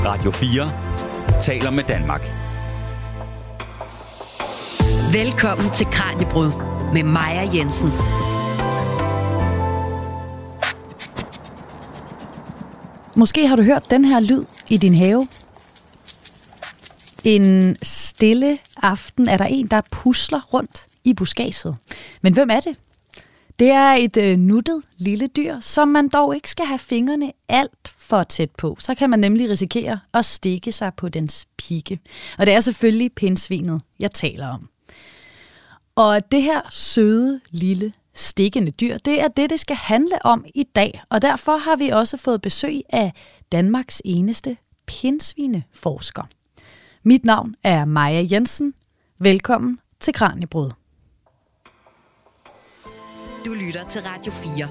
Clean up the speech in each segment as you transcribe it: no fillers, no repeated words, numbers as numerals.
Radio 4 taler med Danmark. Velkommen til Kraniebrud med Maja Jensen. Måske har du hørt den her lyd i din have. En stille aften er der en, der pusler rundt i buskadset. Men hvem er det? Det er et nuttet lille dyr, som man dog ikke skal have fingrene alt for tæt på. Så kan man nemlig risikere at stikke sig på dens pigge. Og det er selvfølgelig pindsvinet, jeg taler om. Og det her søde, lille, stikkende dyr, det er det skal handle om i dag. Og derfor har vi også fået besøg af Danmarks eneste pindsvineforsker. Mit navn er Maja Jensen. Velkommen til Kraniebrud. Du lytter til Radio 4.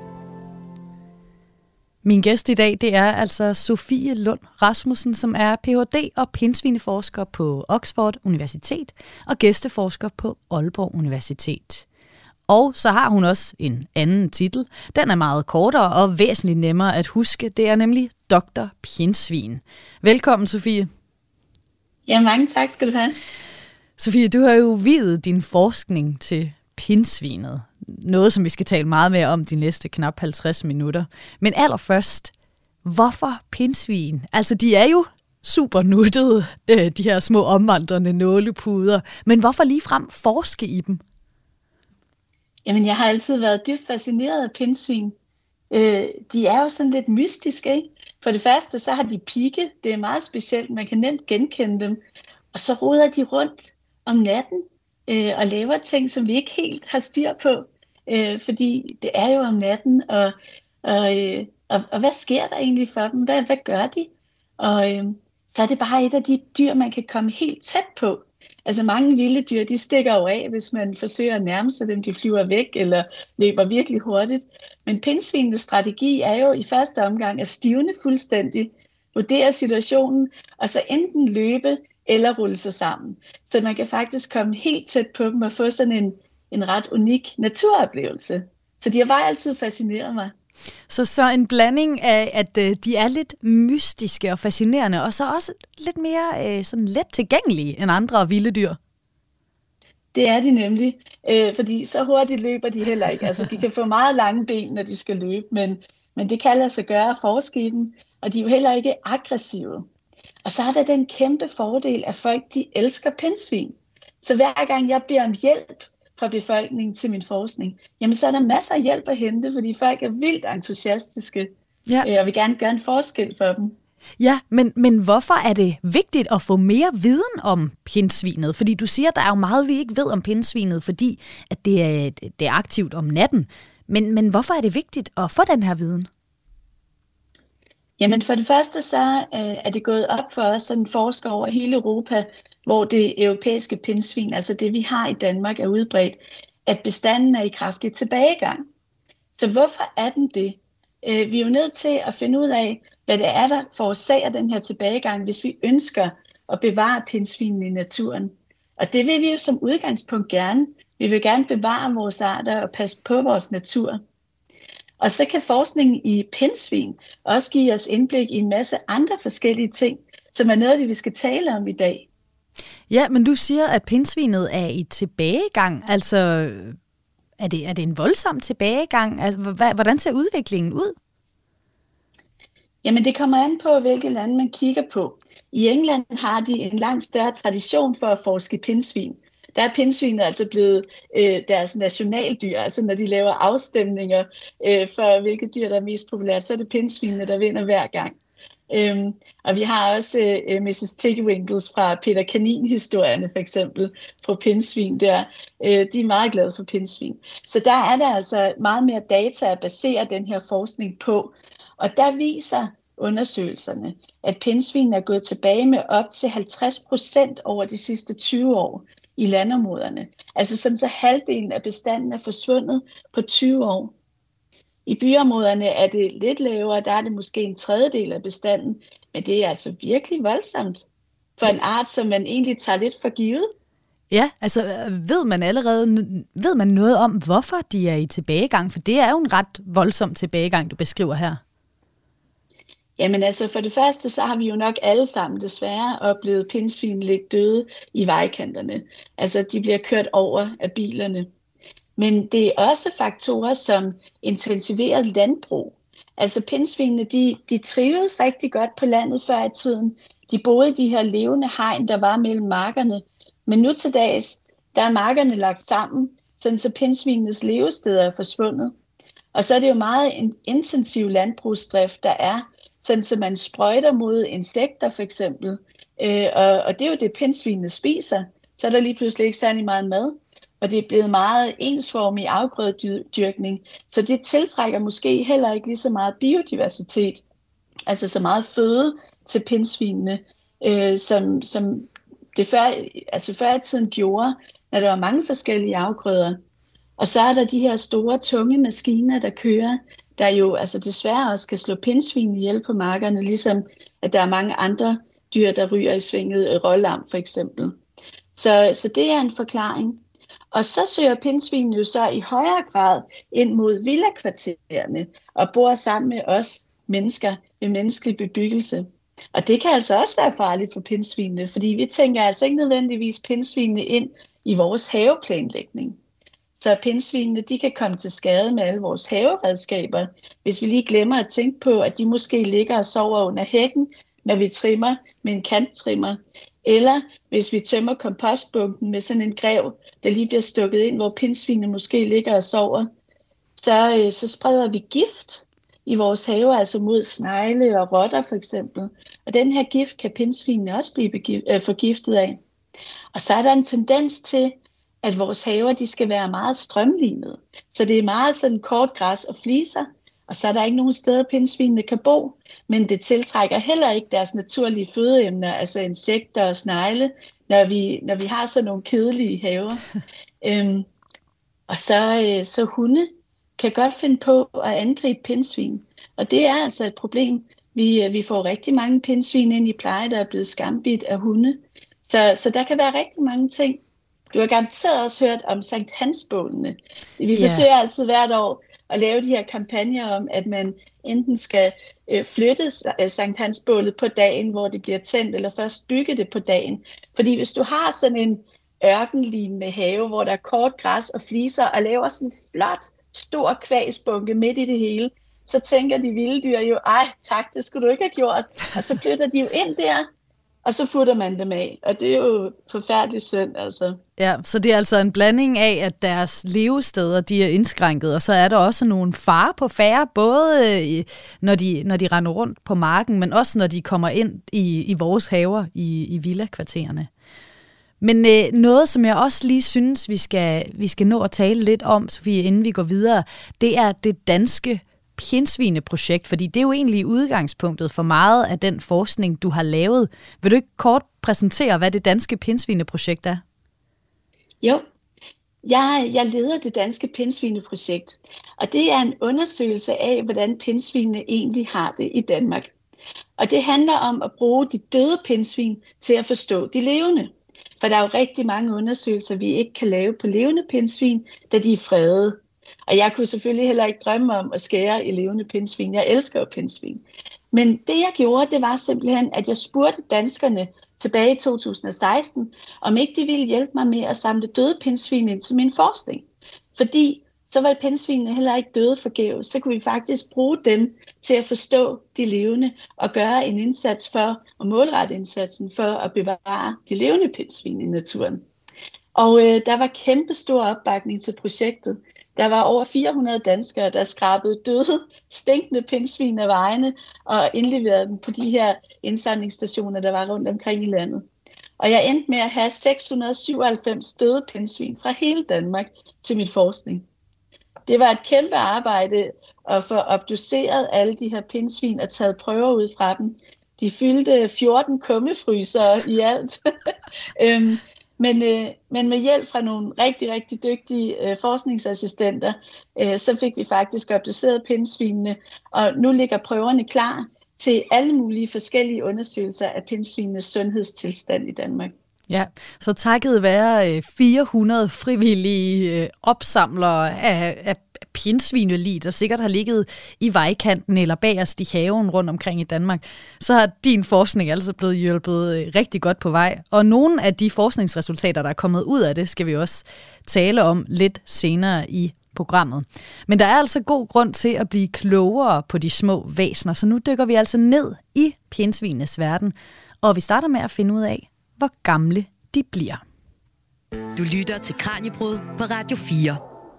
Min gæst i dag, det er altså Sofie Lund Rasmussen, som er Ph.D. og pindsvineforsker på Oxford Universitet og gæsteforsker på Aalborg Universitet. Og så har hun også en anden titel. Den er meget kortere og væsentligt nemmere at huske. Det er nemlig Dr. Pindsvin. Velkommen, Sofie. Ja, mange tak skal du have. Sofie, du har jo viet din forskning til pindsvinet. Noget, som vi skal tale meget mere om de næste knap 50 minutter. Men allerførst, hvorfor pindsvin? Altså, de er jo super nuttede, de her små omvandrende nålepuder. Men hvorfor ligefrem forske i dem? Jamen, jeg har altid været dybt fascineret af pindsvin. De er jo sådan lidt mystiske, ikke? For det første, så har de pigge. Det er meget specielt. Man kan nemt genkende dem. Og så roder de rundt om natten og laver ting, som vi ikke helt har styr på. Fordi det er jo om natten, og hvad sker der egentlig for dem? Hvad gør de? Og så er det bare et af de dyr, man kan komme helt tæt på. Altså mange vilde dyr, de stikker jo af, hvis man forsøger at nærme sig dem, de flyver væk eller løber virkelig hurtigt. Men pindsvinenes strategi er jo i første omgang at stivne fuldstændig, vurdere situationen, og så enten løbe eller rulle sig sammen. Så man kan faktisk komme helt tæt på dem og få sådan en ret unik naturoplevelse. Så de har bare altid fascineret mig. Så en blanding af, at de er lidt mystiske og fascinerende, og så også lidt mere sådan let tilgængelige end andre vilde dyr. Det er de nemlig, fordi så hurtigt løber de heller ikke. Altså, de kan få meget lange ben, når de skal løbe, men det kan lade sig gøre at forske i dem, og de er jo heller ikke aggressive. Og så er der den kæmpe fordel, at folk de elsker pindsvin. Så hver gang jeg beder om hjælp fra befolkningen til min forskning, jamen så er der masser af hjælp at hente, fordi folk er vildt entusiastiske, og vil gerne gøre en forskel for dem. Ja, men hvorfor er det vigtigt at få mere viden om pindsvinet? Fordi du siger, at der er jo meget, vi ikke ved om pindsvinet, fordi at det er aktivt om natten. Men hvorfor er det vigtigt at få den her viden? Jamen for det første så er det gået op for os, sådan forskere over hele Europa, hvor det europæiske pindsvin, altså det vi har i Danmark, er udbredt, at bestanden er i kraftig tilbagegang. Så hvorfor er den det? Vi er jo nødt til at finde ud af, hvad det er, der forårsager den her tilbagegang, hvis vi ønsker at bevare pindsvinen i naturen. Og det vil vi jo som udgangspunkt gerne. Vi vil gerne bevare vores arter og passe på vores natur. Og så kan forskningen i pindsvin også give os indblik i en masse andre forskellige ting, som er noget af det, vi skal tale om i dag. Ja, men du siger, at pindsvinet er i tilbagegang. Altså, er det en voldsom tilbagegang? Altså, hvordan ser udviklingen ud? Jamen, det kommer an på, hvilke lande man kigger på. I England har de en langt større tradition for at forske pindsvin. Der er pindsvinet altså blevet deres nationaldyr. Altså, når de laver afstemninger for, hvilke dyr, der er mest populært, så er det pindsvinene, der vinder hver gang. Og vi har også Mrs. Tiggerwinkles fra Peter Kanin-historierne for eksempel fra pindsvin der. De er meget glade for pindsvin. Så der er der altså meget mere data at basere den her forskning på. Og der viser undersøgelserne, at pindsvin er gået tilbage med op til 50% over de sidste 20 år i landområderne. Altså sådan så halvdelen af bestanden er forsvundet på 20 år. I byområderne er det lidt lavere, der er det måske en tredjedel af bestanden, men det er altså virkelig voldsomt for en art, som man egentlig tager lidt for givet. Ja, altså ved man noget om, hvorfor de er i tilbagegang? For det er jo en ret voldsom tilbagegang, du beskriver her. Jamen altså, for det første, så har vi jo nok alle sammen desværre oplevet pindsvin ligge døde i vejkanterne. Altså, de bliver kørt over af bilerne. Men det er også faktorer som intensiveret landbrug. Altså, pindsvinene, de trivedes rigtig godt på landet før i tiden. De boede i de her levende hegn, der var mellem markerne. Men nu til dags, der er markerne lagt sammen, sådan så pindsvinenes levesteder er forsvundet. Og så er det jo meget en intensiv landbrugsdrift, der er, sådan så man sprøjter mod insekter for eksempel. Og det er jo det, pindsvinene spiser. Så er der lige pludselig ikke særlig meget mad. Og det er blevet meget ensformig afgrødedyrkning. Så det tiltrækker måske heller ikke lige så meget biodiversitet. Altså så meget føde til pindsvinene, som det før i tiden gjorde, når der var mange forskellige afgrøder. Og så er der de her store, tunge maskiner, der kører, der jo altså desværre også kan slå pindsvin ihjel på markerne, ligesom at der er mange andre dyr, der ryger i svinget, rålam for eksempel. Så det er en forklaring. Og så søger pindsvinene jo så i højere grad ind mod villakvartererne og bor sammen med os mennesker ved menneskelig bebyggelse. Og det kan altså også være farligt for pindsvinene, fordi vi tænker altså ikke nødvendigvis pindsvinene ind i vores haveplanlægning. Så pindsvinene, de kan komme til skade med alle vores haveredskaber, hvis vi lige glemmer at tænke på, at de måske ligger og sover under hækken, når vi trimmer med en kanttrimmer. Eller hvis vi tømmer kompostbunken med sådan en grev, der lige bliver stukket ind, hvor pindsvinene måske ligger og sover, så spreder vi gift i vores have, altså mod snegle og rotter for eksempel. Og den her gift kan pindsvinene også blive forgiftet af. Og så er der en tendens til, at vores haver, de skal være meget strømlignede. Så det er meget sådan kort græs og fliser, og så er der ikke nogen steder, pindsvinene kan bo, men det tiltrækker heller ikke deres naturlige fødeemner, altså insekter og snegle, når vi har sådan nogle kedelige haver. Og så hunde kan godt finde på at angribe pindsvin, og det er altså et problem. Vi får rigtig mange pindsvin ind i pleje, der er blevet skambidt af hunde, så der kan være rigtig mange ting. Du har garanteret også hørt om Sankt Hans-bålene. Vi forsøger altid hvert år at lave de her kampagner om, at man enten skal flytte Sankt Hans-bålet på dagen, hvor det bliver tændt, eller først bygge det på dagen. Fordi hvis du har sådan en ørkenlignende have, hvor der er kort græs og fliser, og laver sådan en flot, stor kvægsbunke midt i det hele, så tænker de vilde dyr jo, ej tak, det skulle du ikke have gjort. Og så flytter de jo ind der, og så futter man dem af, og det er jo forfærdeligt synd, altså. Ja, så det er altså en blanding af, at deres levesteder, de er indskrænket, og så er der også nogle farer på færre, både når de render rundt på marken, men også når de kommer ind i vores haver, i villakvartererne. Men noget, som jeg også lige synes, vi skal nå at tale lidt om, Sofie, inden vi går videre, det er det danske pindsvineprojekt, fordi det er jo egentlig udgangspunktet for meget af den forskning, du har lavet. Vil du ikke kort præsentere, hvad det danske pindsvineprojekt er? Jo, jeg leder det danske pindsvineprojekt, og det er en undersøgelse af, hvordan pindsvinene egentlig har det i Danmark. Og det handler om at bruge de døde pindsvin til at forstå de levende. For der er jo rigtig mange undersøgelser, vi ikke kan lave på levende pindsvin, da de er fredede. Og jeg kunne selvfølgelig heller ikke drømme om at skære i levende pindsvin. Jeg elsker jo pindsvin. Men det jeg gjorde, det var simpelthen, at jeg spurgte danskerne tilbage i 2016, om ikke de ville hjælpe mig med at samle døde pindsvin ind til min forskning. Fordi så var pindsvinene heller ikke døde forgæves. Så kunne vi faktisk bruge dem til at forstå de levende og gøre en indsats for, og målrette indsatsen for at bevare de levende pindsvin i naturen. Og der var kæmpe stor opbakning til projektet. Der var over 400 danskere, der skrabede døde, stinkende pindsvin af vejene og indleverede dem på de her indsamlingsstationer, der var rundt omkring i landet. Og jeg endte med at have 697 døde pindsvin fra hele Danmark til mit forskning. Det var et kæmpe arbejde at få obduceret alle de her pindsvin og taget prøver ud fra dem. De fyldte 14 kummefryser i alt. Men med hjælp fra nogle rigtig, rigtig dygtige forskningsassistenter, så fik vi faktisk obduceret pindsvinene, og nu ligger prøverne klar til alle mulige forskellige undersøgelser af pindsvinenes sundhedstilstand i Danmark. Ja, så takket være 400 frivillige opsamlere af pindsvinelig, der sikkert har ligget i vejkanten eller bagerst i haven rundt omkring i Danmark, så har din forskning altså blevet hjulpet rigtig godt på vej. Og nogle af de forskningsresultater, der er kommet ud af det, skal vi også tale om lidt senere i programmet. Men der er altså god grund til at blive klogere på de små væsener, så nu dykker vi altså ned i pindsvinenes verden, og vi starter med at finde ud af, hvor gamle de bliver. Du lytter til Kraniebrud på Radio 4.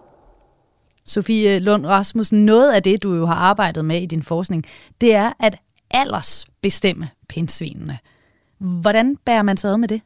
Sofie Lund Rasmussen, noget af det, du jo har arbejdet med i din forskning, det er at aldersbestemme pindsvinene. Hvordan bærer man sig ad med det?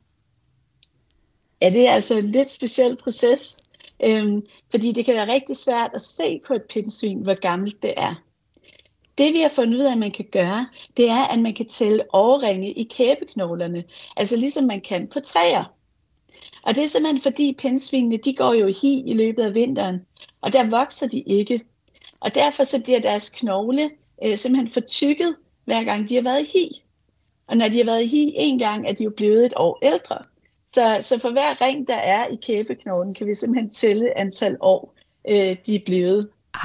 Ja, det er altså en lidt speciel proces, fordi det kan være rigtig svært at se på et pindsvin, hvor gammelt det er. Det vi har fundet ud af, at man kan gøre, det er, at man kan tælle årringe i kæbeknoglerne, altså ligesom man kan på træer. Og det er simpelthen fordi pindsvinene, de går jo i hi i løbet af vinteren, og der vokser de ikke. Og derfor så bliver deres knogle simpelthen fortykket, hver gang de har været i hi. Og når de har været i hi en gang, er de jo blevet et år ældre. Så for hver ring, der er i kæbeknoglen, kan vi simpelthen tælle antal år, de er blevet.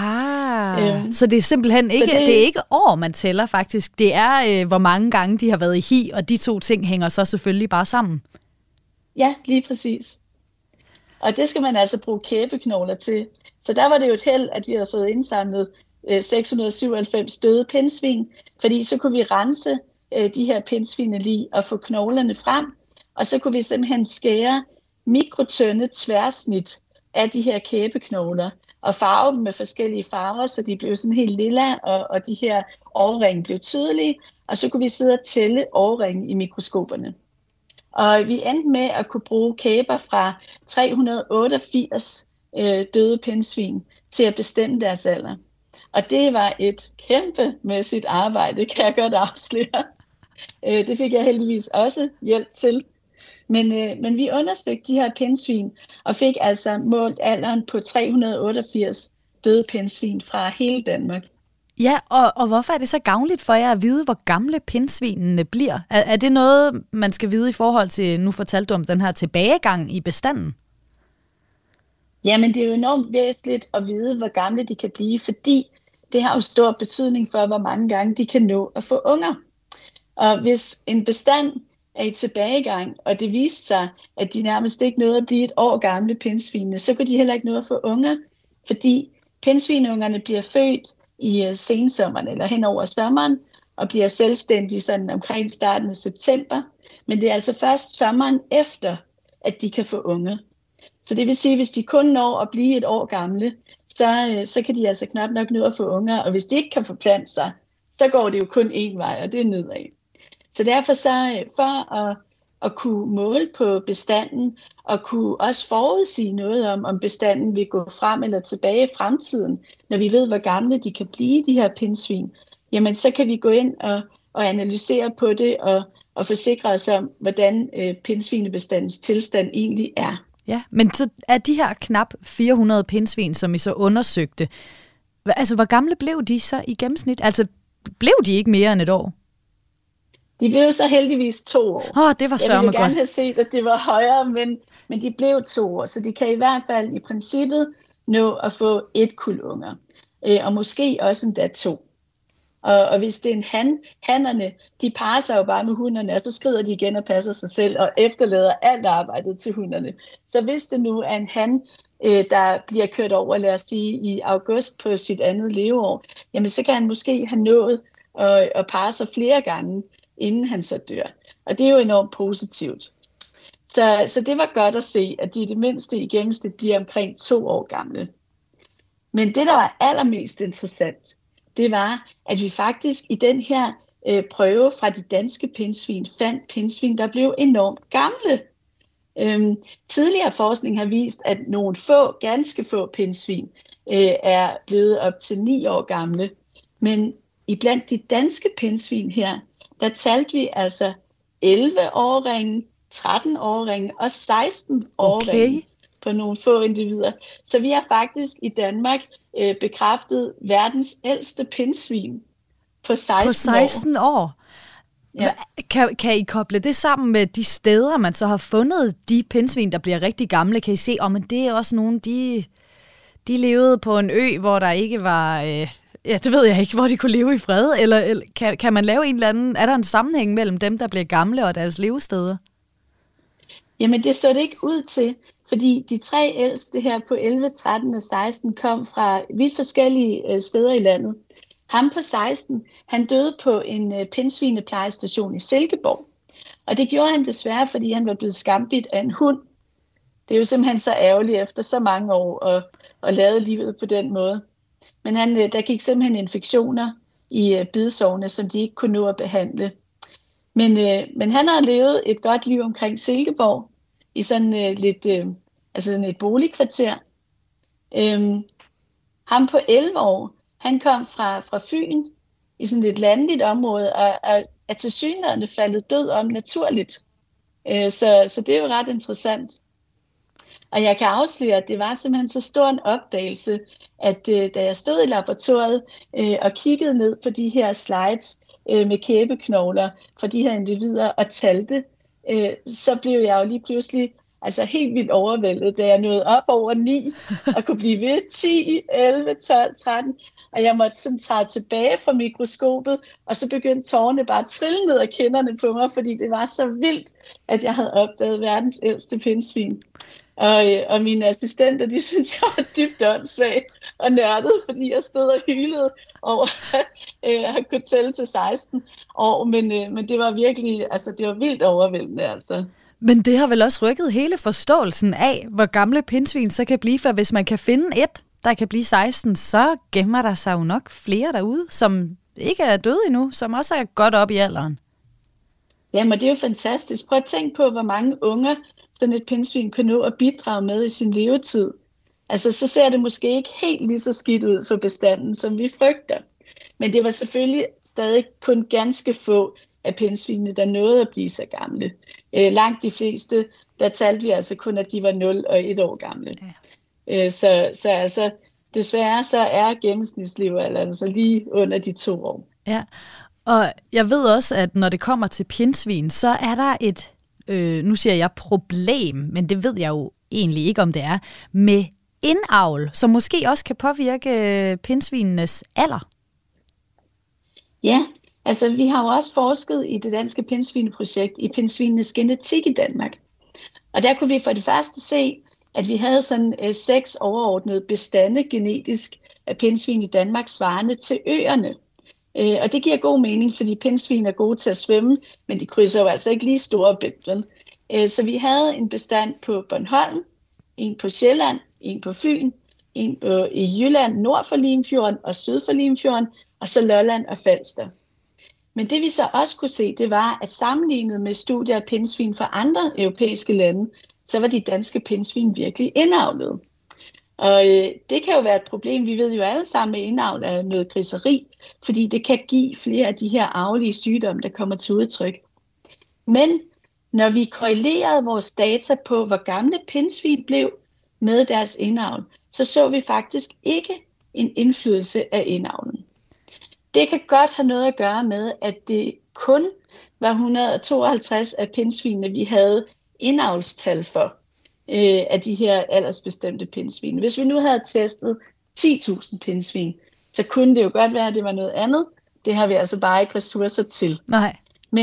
Så det er simpelthen ikke, det er ikke år, man tæller faktisk. Det er, hvor mange gange de har været i hi, og de to ting hænger så selvfølgelig bare sammen. Ja, lige præcis. Og det skal man altså bruge kæbeknogler til. Så der var det jo et held, at vi havde fået indsamlet 697 døde pindsvin, fordi så kunne vi rense de her pindsvinelig og få knoglerne frem, og så kunne vi simpelthen skære mikrotynde tværsnit af de her kæbeknogler og farve dem med forskellige farver, så de blev sådan helt lilla, og de her årringe blev tydelige, og så kunne vi sidde og tælle årringe i mikroskoperne. Og vi endte med at kunne bruge kæber fra 388 døde pindsvin til at bestemme deres alder. Og det var et kæmpemæssigt arbejde, kan jeg godt afsløre. Det fik jeg heldigvis også hjælp til. Men vi undersøgte de her pindsvin og fik altså målt alderen på 388 døde pindsvin fra hele Danmark. Ja, og hvorfor er det så gavnligt for jer at vide, hvor gamle pindsvinene bliver? Er det noget, man skal vide i forhold til, nu fortalte du om den her tilbagegang i bestanden? Jamen, det er jo enormt væsentligt at vide, hvor gamle de kan blive, fordi det har jo stor betydning for, hvor mange gange de kan nå at få unger. Og hvis en bestand er i tilbagegang, og det viste sig, at de nærmest ikke nåede at blive et år gamle pindsvinene, så kunne de heller ikke nå at få unger, fordi pindsvinungerne bliver født i sensommeren eller hen over sommeren, og bliver selvstændige sådan omkring starten af september. Men det er altså først sommeren efter, at de kan få unger. Så det vil sige, at hvis de kun når at blive et år gamle, så kan de altså knap nok nå at få unger. Og hvis de ikke kan forplante sig, så går det jo kun én vej, og det er nedad. Så derfor så for at kunne måle på bestanden, og kunne også forudsige noget om bestanden vil gå frem eller tilbage i fremtiden, når vi ved, hvor gamle de kan blive, de her pindsvin, jamen så kan vi gå ind og analysere på det og forsikre os om, hvordan pindsvinebestandens tilstand egentlig er. Ja, men så er de her knap 400 pindsvin, som I så undersøgte, altså hvor gamle blev de så i gennemsnit? Altså blev de ikke mere end et år? De blev så heldigvis 2 år. Det var sørme godt. Jeg ville gerne have set, at det var højere, men de blev 2 år, så de kan i hvert fald i princippet nå at få 1 kuld unger, og måske også endda 2. Og hvis det er en hannerne, de parer sig jo bare med hunderne, og så skrider de igen og passer sig selv, og efterlader alt arbejdet til hunderne. Så hvis det nu er en han, der bliver kørt over, lad os sige, i august på sit andet leveår, jamen så kan han måske have nået at parre sig flere gange, inden han så dør. Og det er jo enormt positivt. Så det var godt at se, at de i det mindste i gennemsnit bliver omkring 2 år gamle. Men det, der var allermest interessant, det var, at vi faktisk i den her prøve fra de danske pindsvin fandt pindsvin, der blev enormt gamle. Tidligere forskning har vist, at nogle ganske få pindsvin er blevet op til 9 år gamle. Men iblandt de danske pindsvin her, der talte vi altså 11 årringe, 13 årringe og 16 årringe på nogle få individer. Så vi har faktisk i Danmark bekræftet verdens ældste pindsvin på 16 år. Ja. Kan I koble det sammen med de steder, man så har fundet de pindsvin, der bliver rigtig gamle? Kan I se, men det er også nogle, de de levede på en ø, hvor der ikke var... det ved jeg ikke, hvor de kunne leve i fred. Eller kan man lave en eller anden... Er der en sammenhæng mellem dem, der bliver gamle og deres levesteder? Jamen, det så det ikke ud til, fordi de 3 ældste her på 11, 13 og 16 kom fra vidt forskellige steder i landet. Ham på 16, han døde på en pindsvineplejestation i Silkeborg. Og det gjorde han desværre, fordi han var blevet skambidt af en hund. Det er jo simpelthen så ærgerligt efter så mange år at lade livet på den måde. Men der gik simpelthen infektioner i bidsårene, som de ikke kunne nå at behandle. Men han har levet et godt liv omkring Silkeborg i sådan sådan et boligkvarter. Ham på 11 år, han kom fra Fyn i sådan et landligt område og er tilsyneladende faldet død om naturligt. Så det er jo ret interessant. Og jeg kan afsløre, at det var simpelthen så stor en opdagelse, at da jeg stod i laboratoriet og kiggede ned på de her slides med kæbeknogler fra de her individer og talte, så blev jeg jo lige pludselig helt vildt overvældet, da jeg nåede op over 9 og kunne blive ved 10, 11, 12, 13. Og jeg måtte sådan træde tilbage fra mikroskopet, og så begyndte tårerne bare at trille ned af kinderne på mig, fordi det var så vildt, at jeg havde opdaget verdens ældste pindsvin. Og mine assistenter, de synes, jeg var dybt åndssvag og nørdet, fordi jeg stod og hylede over at kunne tælle til 16 år. Men det var virkelig, det var vildt overvældende, altså. Men det har vel også rykket hele forståelsen af, hvor gamle pindsvin så kan blive, for hvis man kan finde et, der kan blive 16, så gemmer der sig jo nok flere derude, som ikke er døde endnu, som også er godt op i alderen. Jamen, det er jo fantastisk. Prøv at tænke på, hvor mange unger sådan et pindsvin kan nå at bidrage med i sin levetid. Så ser det måske ikke helt lige så skidt ud for bestanden, som vi frygter. Men det var selvfølgelig stadig kun ganske få af pindsvinene, der nåede at blive så gamle. Langt de fleste, der talte vi altså kun, at de var 0 og 1 år gamle. Ja. Så desværre så er gennemsnitslevealderen altså lige under de 2 år. Ja, og jeg ved også, at når det kommer til pindsvin, så er der et, nu siger jeg problem, men det ved jeg jo egentlig ikke, om det er, med indavl, som måske også kan påvirke pindsvinenes alder. Ja, vi har jo også forsket i det danske pindsvineprojekt i pindsvinenes genetik i Danmark. Og der kunne vi for det første se, at vi havde sådan 6 overordnede bestande genetisk af pindsvin i Danmark svarende til øerne. Og det giver god mening, fordi pindsvin er gode til at svømme, men de krydser jo altså ikke lige store bælter. Så vi havde en bestand på Bornholm, en på Sjælland, en på Fyn, en i Jylland nord for Limfjorden og syd for Limfjorden, og så Lolland og Falster. Men det vi så også kunne se, det var, at sammenlignet med studier af pindsvin fra andre europæiske lande, så var de danske pindsvin virkelig indavlede. Og det kan jo være et problem. Vi ved jo alle sammen, at indavl er noget griseri, fordi det kan give flere af de her arvelige sygdomme, der kommer til udtryk. Men når vi korrelerede vores data på, hvor gamle pindsvin blev med deres indavl, så vi faktisk ikke en indflydelse af indavlen. Det kan godt have noget at gøre med, at det kun var 152 af pindsvinene, vi havde indavlstal for af de her aldersbestemte pindsvin. Hvis vi nu havde testet 10.000 pindsvin, så kunne det jo godt være, at det var noget andet. Det har vi altså bare ikke ressourcer til. Nej.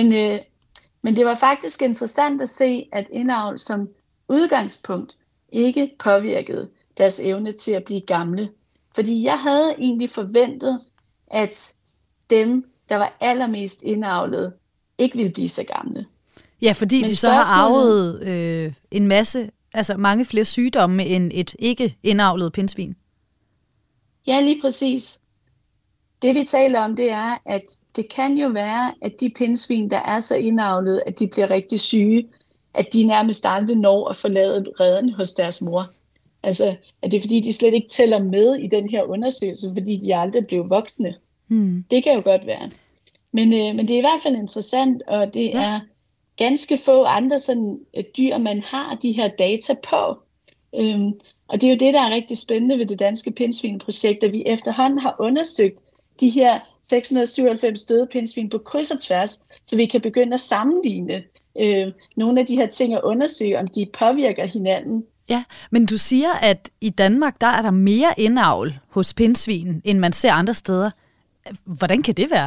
Men det var faktisk interessant at se, at indavl som udgangspunkt ikke påvirkede deres evne til at blive gamle. Fordi jeg havde egentlig forventet, at dem, der var allermest indavlet, ikke ville blive så gamle. Ja, fordi men de så har arvet en masse, mange flere sygdomme end et ikke indavlet pindsvin. Ja, lige præcis. Det vi taler om, det er, at det kan jo være, at de pindsvin, der er så indavlet, at de bliver rigtig syge, at de nærmest aldrig når at forlade reden hos deres mor. At det er fordi, de slet ikke tæller med i den her undersøgelse, fordi de aldrig blev voksne. Det kan jo godt være. Men det er i hvert fald interessant, og det er ganske få andre sådan, dyr, man har de her data på. Og det er jo det, der er rigtig spændende ved det danske pindsvinprojekt, at vi efterhånden har undersøgt de her 697 døde pindsvin på kryds og tværs, så vi kan begynde at sammenligne nogle af de her ting og undersøge, om de påvirker hinanden Ja, men du siger, at i Danmark, der er der mere indavl hos pindsvin, end man ser andre steder. Hvordan kan det være?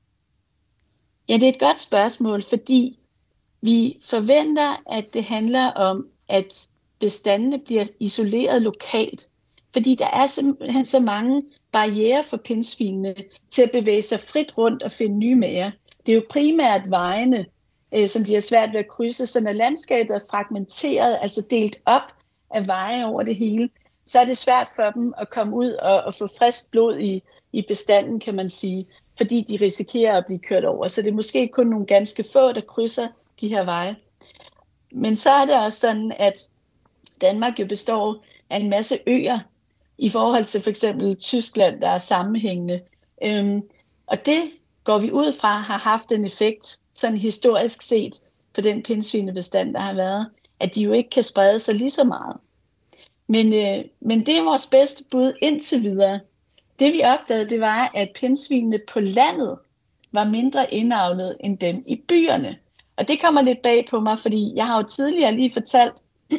Ja, det er et godt spørgsmål, fordi vi forventer, at det handler om, at bestandene bliver isoleret lokalt. Fordi der er simpelthen så mange barrierer for pindsvinene til at bevæge sig frit rundt og finde nye mager. Det er jo primært vejene, som de har svært ved at krydse, så når landskabet er fragmenteret, altså delt op af veje over det hele, så er det svært for dem at komme ud og få frisk blod i bestanden, kan man sige, fordi de risikerer at blive kørt over. Så det er måske kun nogle ganske få, der krydser de her veje. Men så er det også sådan, at Danmark jo består af en masse øer, i forhold til for eksempel Tyskland, der er sammenhængende. Og det går vi ud fra har haft en effekt, sådan historisk set, på den pindsvinebestand, der har været, at de jo ikke kan sprede sig lige så meget. Men det er vores bedste bud indtil videre. Det vi opdagede, det var, at pindsvinene på landet var mindre indavlet end dem i byerne. Og det kommer lidt bag på mig, fordi jeg har jo tidligere lige fortalt,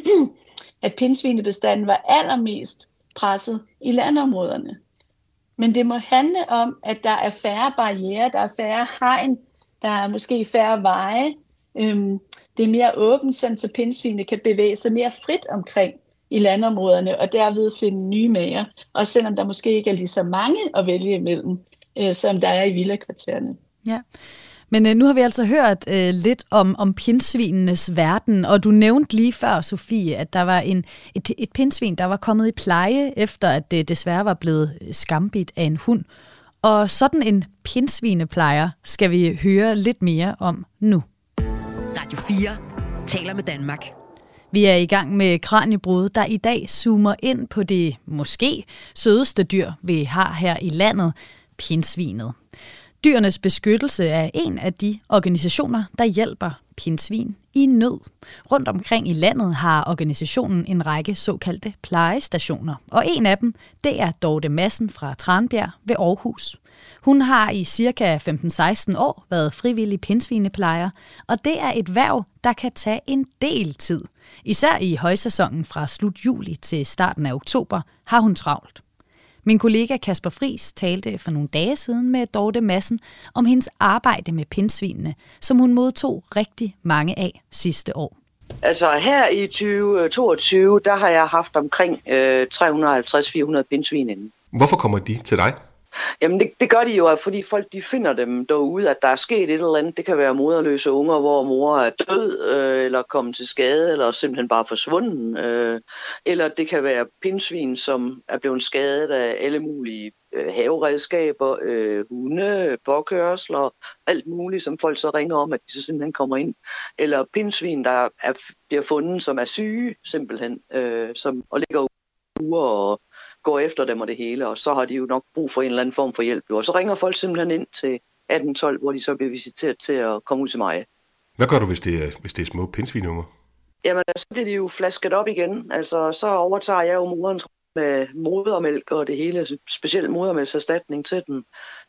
at pindsvinebestanden var allermest presset i landområderne. Men det må handle om, at der er færre barrierer, der er færre hegn, der er måske færre veje. Det er mere åbent, så pindsvinene kan bevæge sig mere frit omkring i landområderne, og derved finde nye mager. Også selvom der måske ikke er lige så mange at vælge imellem, som der er i villakvartererne. Ja. Men nu har vi altså hørt lidt om pindsvinenes verden, og du nævnte lige før, Sofie, at der var et pindsvin, der var kommet i pleje, efter at det desværre var blevet skambidt af en hund. Og sådan en pindsvineplejer skal vi høre lidt mere om nu. Radio 4 taler med Danmark. Vi er i gang med Kraniebrud, der i dag zoomer ind på det måske sødeste dyr, vi har her i landet, pindsvinet. Dyrenes Beskyttelse er en af de organisationer, der hjælper pindsvin i nød. Rundt omkring i landet har organisationen en række såkaldte plejestationer, og en af dem, det er Dorte Madsen fra Tranbjerg ved Aarhus. Hun har i ca. 15-16 år været frivillig pindsvineplejer, og det er et hverv, der kan tage en del tid. Især i højsæsonen fra slut juli til starten af oktober har hun travlt. Min kollega Kasper Friis talte for nogle dage siden med Dorte Madsen om hendes arbejde med pindsvinene, som hun modtog rigtig mange af sidste år. Altså her i 2022, der har jeg haft omkring 350-400 pindsvin inde. Hvorfor kommer de til dig? Jamen det gør de jo, fordi folk de finder dem derude, at der er sket et eller andet. Det kan være moderløse unger, hvor mor er død, eller kommet til skade, eller simpelthen bare forsvunden. Eller det kan være pindsvin, som er blevet skadet af alle mulige haveredskaber, hunde, påkørsler, alt muligt, som folk så ringer om, at de så simpelthen kommer ind. Eller pindsvin, der bliver fundet, som er syge, simpelthen, og ligger uger og går efter dem og det hele, og så har de jo nok brug for en eller anden form for hjælp. Og så ringer folk simpelthen ind til 1812, hvor de så bliver visiteret til at komme ud til mig. Hvad gør du, hvis det er små pindsvinunger? Jamen, så bliver de jo flasket op igen. Altså, så overtager jeg jo morens med modermælk og det hele, specielt modermælkserstatning til den,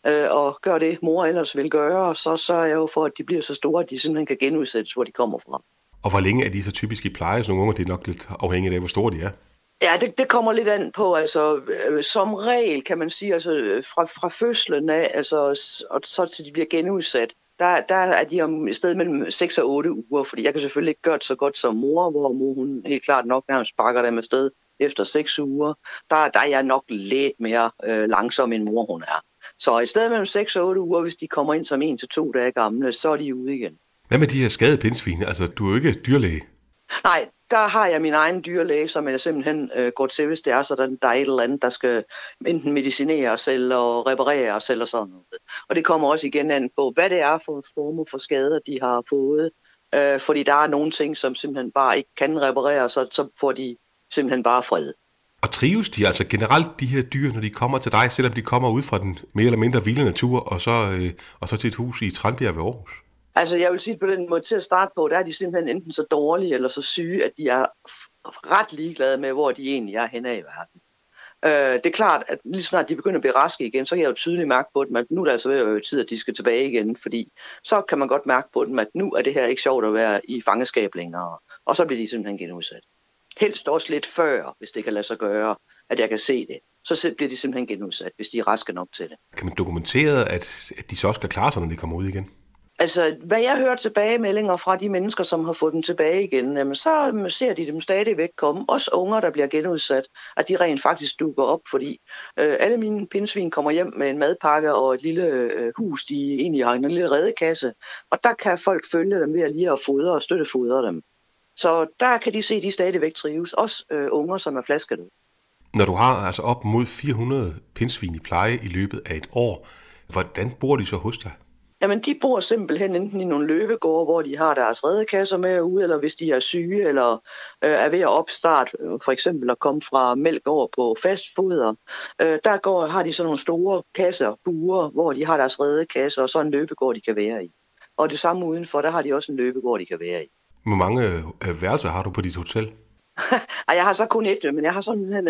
og gør det, mor ellers vil gøre, og så sørger jeg jo for, at de bliver så store, at de simpelthen kan genudsættes, hvor de kommer fra. Og hvor længe er de så typisk i pleje? Så nogle unger, det er nok lidt afhængigt af, hvor store de er. Ja, det kommer lidt an på, altså som regel kan man sige, altså fra fødslen af, altså og så til de bliver genudsat, der er de om et sted mellem 6 og 8 uger, fordi jeg kan selvfølgelig ikke gøre det så godt som mor, hvor mor hun helt klart nok nærmest pakker dem afsted efter 6 uger. Der er jeg nok lidt mere langsom end mor hun er. Så i stedet mellem 6 og 8 uger, hvis de kommer ind som 1 til 2 dage gamle, så er de ude igen. Hvad med de her skadede pindsvin? Altså, du er jo ikke dyrlæge. Nej, der har jeg min egen dyrlæge, som jeg simpelthen går til, hvis det er sådan, der er et eller andet, der skal enten medicineres eller repareres eller sådan noget. Og det kommer også igen an på, hvad det er for former for skader, de har fået. Fordi der er nogle ting, som simpelthen bare ikke kan repareres, så får de simpelthen bare fred. Og trives de altså generelt, de her dyr, når de kommer til dig, selvom de kommer ud fra den mere eller mindre vilde natur, og så til et hus i Tranbjerg ved Aarhus? Altså, jeg vil sige på den måde til at starte på, der er de simpelthen enten så dårlige eller så syge, at de er ret ligeglade med, hvor de egentlig er henne i verden. Det er klart, at lige snart de begynder at blive raske igen, så kan jeg jo tydeligt mærke på dem, at nu er det altså ved at være tid, at de skal tilbage igen, fordi så kan man godt mærke på dem, at nu er det her ikke sjovt at være i fangeskab længere, og så bliver de simpelthen genudsat. Helst også lidt før, hvis det kan lade sig gøre, at jeg kan se det. Så bliver de simpelthen genudsat, hvis de er raske nok til det. Kan man dokumentere, at de så også skal klare sig, når de kommer ud igen? Altså, hvad jeg hører tilbagemeldinger fra de mennesker, som har fået dem tilbage igen, jamen, så ser de dem stadigvæk komme. Også unger, der bliver genudsat, at de rent faktisk dukker op, fordi alle mine pindsvin kommer hjem med en madpakke og et lille hus, de egentlig har en lille redekasse. Og der kan folk følge dem ved at lige at fodre og støttefodre dem. Så der kan de se, at de stadigvæk trives. Også unger, som er flasket. Når du har altså op mod 400 pindsvin i pleje i løbet af et år, hvordan bor de så hos dig? Jamen, de bor simpelthen enten i nogle løbegårde, hvor de har deres redekasser med ude, eller hvis de er syge, eller er ved at opstarte, for eksempel at komme fra mælk over på fastfoder. Har de sådan nogle store kasser, buer, hvor de har deres redekasser, og så en løbegård, de kan være i. Og det samme udenfor, der har de også en løbegård, de kan være i. Hvor mange værelser har du på dit hotel? Jeg har så kun et, men jeg har sådan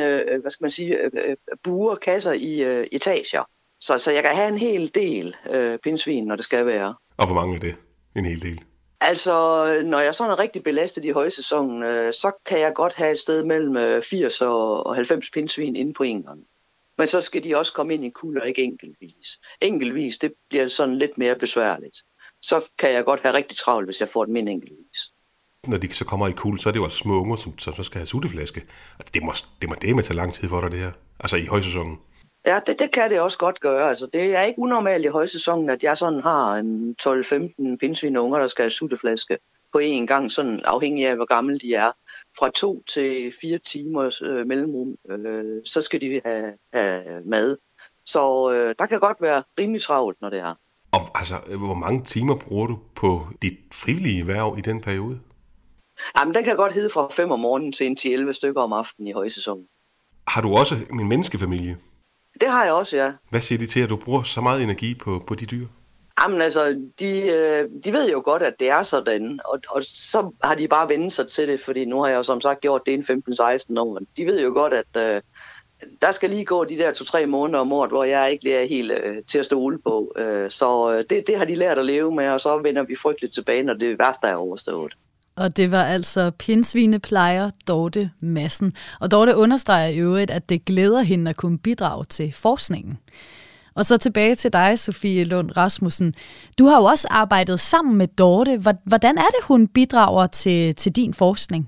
buer, kasser i etager. Så jeg kan have en hel del pindsvin, når det skal være. Og hvor mange er det? En hel del? Altså, når jeg sådan er rigtig belastet i højsæsonen, så kan jeg godt have et sted mellem 80 og 90 pindsvin inde på en gang. Men så skal de også komme ind i kulder, ikke enkeltvis. Enkeltvis, det bliver sådan lidt mere besværligt. Så kan jeg godt have rigtig travlt, hvis jeg får dem ind enkeltvis. Når de så kommer i kul, så er det jo også små unger, som så skal have sutteflaske. Det må tage lang tid for dig, det her. Altså i højsæsonen. Ja, det kan det også godt gøre. Altså, det er ikke unormalt i højsæsonen, at jeg sådan har en 12-15 pindsvinunger, der skal have sutteflaske på én gang, sådan afhængig af, hvor gamle de er. Fra 2 til 4 timers mellemrum, så skal de have mad. Så der kan godt være rimelig travlt, når det er. Og altså, hvor mange timer bruger du på dit frivillige hverv i den periode? Jamen, den kan godt hedde fra 5 om morgenen til 10-11 stykker om aftenen i højsæsonen. Har du også en menneskefamilie? Det har jeg også, ja. Hvad siger de til, at du bruger så meget energi på de dyr? Jamen altså, de ved jo godt, at det er sådan, og så har de bare vendt sig til det, fordi nu har jeg jo som sagt gjort det i 15-16 år. De ved jo godt, at der skal lige gå de der 2-3 måneder om året, hvor jeg ikke er helt til at stole på. Så det har de lært at leve med, og så vender vi frygteligt tilbage, når det værste er overstået. Og det var altså pindsvineplejer Dorte Madsen. Og Dorte understreger i øvrigt, at det glæder hende at kunne bidrage til forskningen. Og så tilbage til dig, Sofie Lund Rasmussen. Du har jo også arbejdet sammen med Dorte. Hvordan er det, hun bidrager til din forskning?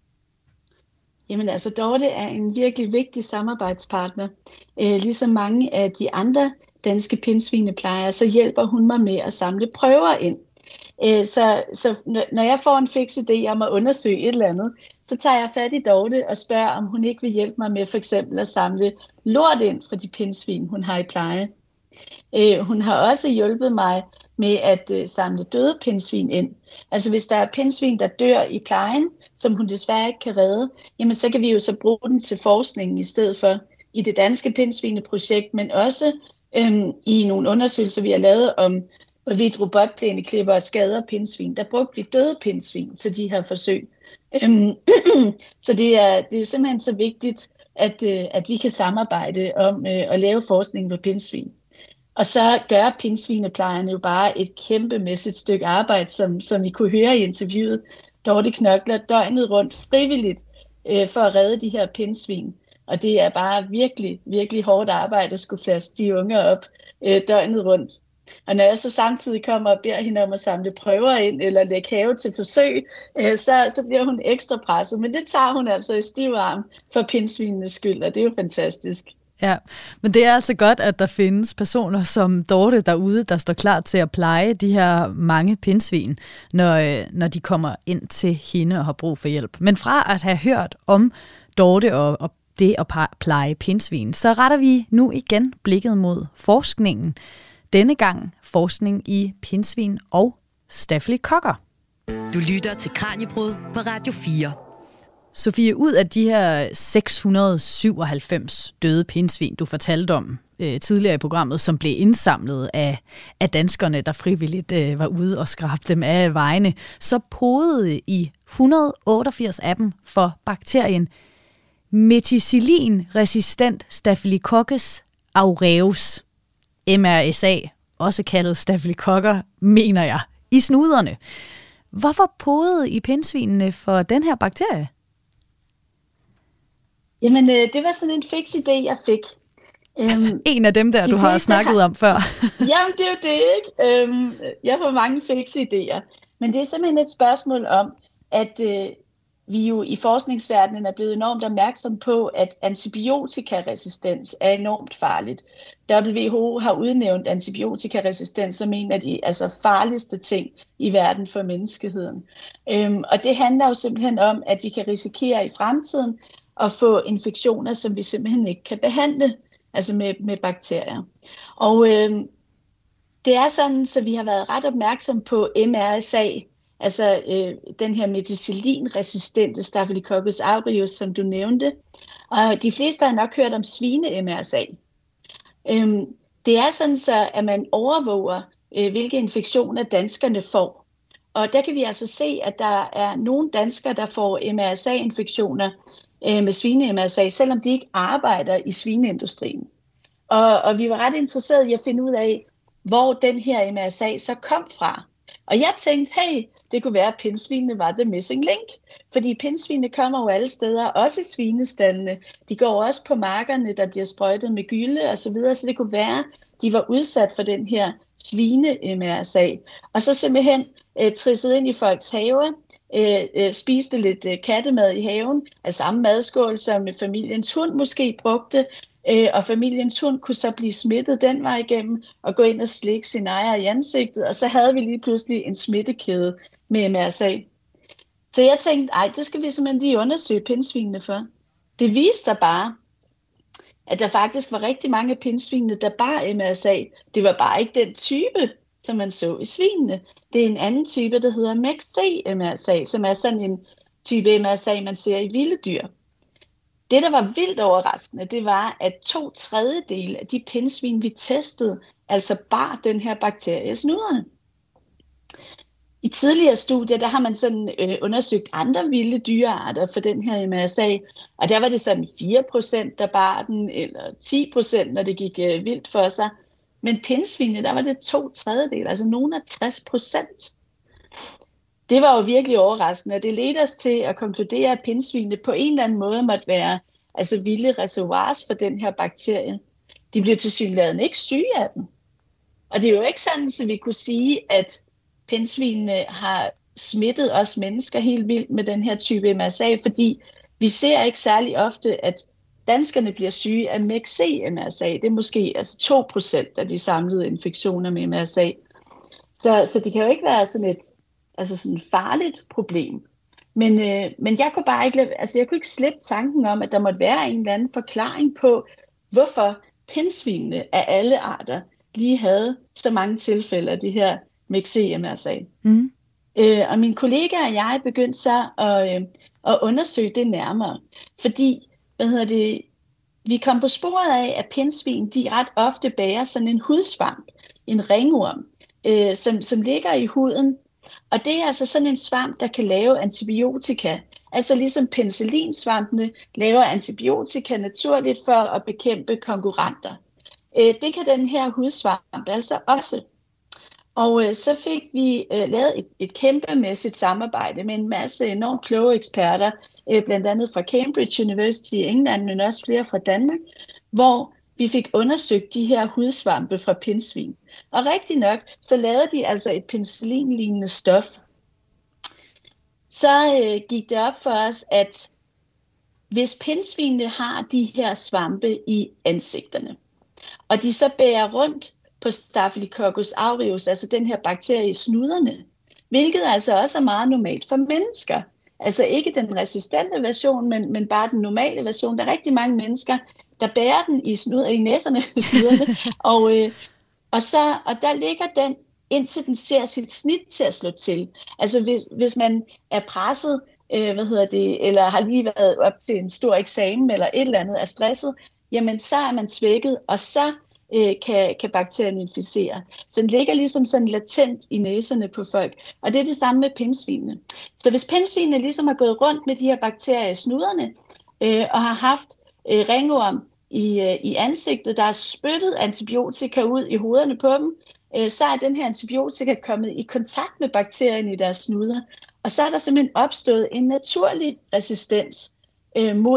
Jamen altså, Dorte er en virkelig vigtig samarbejdspartner. Ligesom mange af de andre danske pindsvineplejere, så hjælper hun mig med at samle prøver ind. Så når jeg får en fiks idé om at undersøge et eller andet, så tager jeg fat i Dorte og spørger, om hun ikke vil hjælpe mig med for eksempel at samle lort ind fra de pindsvin, hun har i pleje. Hun har også hjulpet mig med at samle døde pindsvin ind. Altså hvis der er pindsvin, der dør i plejen, som hun desværre ikke kan redde, jamen så kan vi jo så bruge den til forskningen i stedet for i det danske pindsvineprojekt, men også i nogle undersøgelser, vi har lavet om hvorvidt robotplæneklipper skader pindsvin. Der brugte vi døde pindsvin til de her forsøg. Så det er simpelthen så vigtigt, at vi kan samarbejde om at lave forskning på pindsvin. Og så gør pindsvineplejerne jo bare et kæmpemæssigt stykke arbejde, som I kunne høre i interviewet. Dorte knokler døgnet rundt frivilligt for at redde de her pindsvin. Og det er bare virkelig, virkelig hårdt arbejde at skulle flaske de unger op døgnet rundt. Og når jeg så samtidig kommer og beder hende om at samle prøver ind eller lægge have til forsøg, så bliver hun ekstra presset. Men det tager hun altså i stiv arm for pindsvinenes skyld, og det er jo fantastisk. Ja, men det er altså godt, at der findes personer som Dorte derude, der står klar til at pleje de her mange pindsvin, når de kommer ind til hende og har brug for hjælp. Men fra at have hørt om Dorte og det at pleje pindsvin, så retter vi nu igen blikket mod forskningen. Denne gang forskning i pindsvin og stafylokokker. Du lytter til Kraniebrud på Radio 4. Sofie, ud af de her 697 døde pindsvin, du fortalte om tidligere i programmet, som blev indsamlet af danskerne, der frivilligt var ude og skrabe dem af vejene, så podede I 188 af dem for bakterien Methicillin-resistent Staphylococcus aureus. MRSA, også kaldet stafylokokker, mener jeg, i snuderne. Hvorfor podede I pindsvinene for den her bakterie? Jamen, det var sådan en fiks idé, jeg fik. En af dem der, du har snakket om før. Jamen, det er jo det, ikke? Jeg får mange fikse idéer. Men det er simpelthen et spørgsmål om, at vi jo i forskningsverdenen er blevet enormt opmærksom på, at antibiotikaresistens er enormt farligt. WHO har udnævnt antibiotikaresistens som en af de farligste ting i verden for menneskeheden. Og det handler jo simpelthen om, at vi kan risikere i fremtiden at få infektioner, som vi simpelthen ikke kan behandle, altså med bakterier. Og det er sådan, så vi har været ret opmærksom på MRSA, altså den her methicillin-resistente Staphylococcus aureus, som du nævnte. Og de fleste har nok hørt om svine-MRSA. Det er sådan så, at man overvåger, hvilke infektioner danskerne får. Og der kan vi altså se, at der er nogle danskere, der får MRSA-infektioner med svine-MRSA, selvom de ikke arbejder i svineindustrien. Og vi var ret interesserede i at finde ud af, hvor den her MRSA så kom fra. Og jeg tænkte, hey, det kunne være, at pindsvinene var the missing link. Fordi pindsvinene kommer jo alle steder, også i svinestallene. De går også på markerne, der bliver sprøjtet med gylde og så videre. Så det kunne være, at de var udsat for den her svine-MRSA. Og så simpelthen trissede ind i folks haver, spiste lidt kattemad i haven af samme madskål, som familiens hund måske brugte. Og familiens hund kunne så blive smittet den vej igennem og gå ind og slikke sin ejer i ansigtet, og så havde vi lige pludselig en smittekæde med MRSA. Så jeg tænkte, det skal vi simpelthen lige undersøge pindsvinene for. Det viste sig bare, at der faktisk var rigtig mange af pindsvinene, der bar MRSA. Det var bare ikke den type, som man så i svinene. Det er en anden type, der hedder MRSA, som er sådan en type MRSA, man ser i vilde dyr. Det, der var vildt overraskende, det var, at 2/3 af de pindsvin, vi testede, altså bar den her bakterie i snuderne. I tidligere studier, der har man sådan undersøgt andre vilde dyrearter for den her MRSA, og der var det sådan 4%, der bar den, eller 10%, når det gik vildt for sig. Men pindsvinene, der var det 2/3, altså nogle af 60%. Det var jo virkelig overraskende, og det ledte os til at konkludere, at pindsvinene på en eller anden måde måtte være vilde reservoirs for den her bakterie. De blev tilsyneladende ikke syge af den. Og det er jo ikke sådan, så vi kunne sige, at pindsvinene har smittet os mennesker helt vildt med den her type MRSA, fordi vi ser ikke særlig ofte, at danskerne bliver syge af MRSA. Det er måske 2% af de samlede infektioner med MRSA. Så det kan jo ikke være sådan et farligt problem. Men jeg kunne bare ikke, jeg kunne ikke slippe tanken om, at der måtte være en eller anden forklaring på, hvorfor pindsvinene af alle arter lige havde så mange tilfælde af det her MRSA. Og min kollega og jeg begyndte så at undersøge det nærmere, fordi vi kom på sporet af, at pindsvin de ret ofte bærer sådan en hudsvamp, en ringorm, som ligger i huden. Og det er altså sådan en svamp, der kan lave antibiotika. Altså ligesom penicillinsvampene laver antibiotika naturligt for at bekæmpe konkurrenter. Det kan den her hudsvamp altså også. Og så fik vi lavet et kæmpemæssigt samarbejde med en masse enormt kloge eksperter, blandt andet fra Cambridge University i England, men også flere fra Danmark, hvor vi fik undersøgt de her hudsvampe fra pindsvin. Og rigtig nok, så lavede de altså et penicillin-lignende stof. Så gik det op for os, at hvis pindsvinene har de her svampe i ansigterne, og de så bærer rundt på Staphylococcus aureus, altså den her bakterie i snuderne, hvilket altså også er meget normalt for mennesker. Altså ikke den resistente version, men bare den normale version. Der er rigtig mange mennesker, der bærer den i næserne, og der ligger den, indtil den ser sit snit til at slå til. Altså hvis man er presset, eller har lige været op til en stor eksamen, eller et eller andet, er stresset, jamen så er man svækket, og så kan bakterien inficere. Så den ligger ligesom sådan latent i næserne på folk. Og det er det samme med pindsvinene. Så hvis pindsvinene ligesom har gået rundt med de her bakterier i snuderne, og har haft ringorm i ansigtet, der er spyttet antibiotika ud i hovederne på dem, så er den her antibiotika kommet i kontakt med bakterien i deres snuder. Og så er der simpelthen opstået en naturlig resistens mod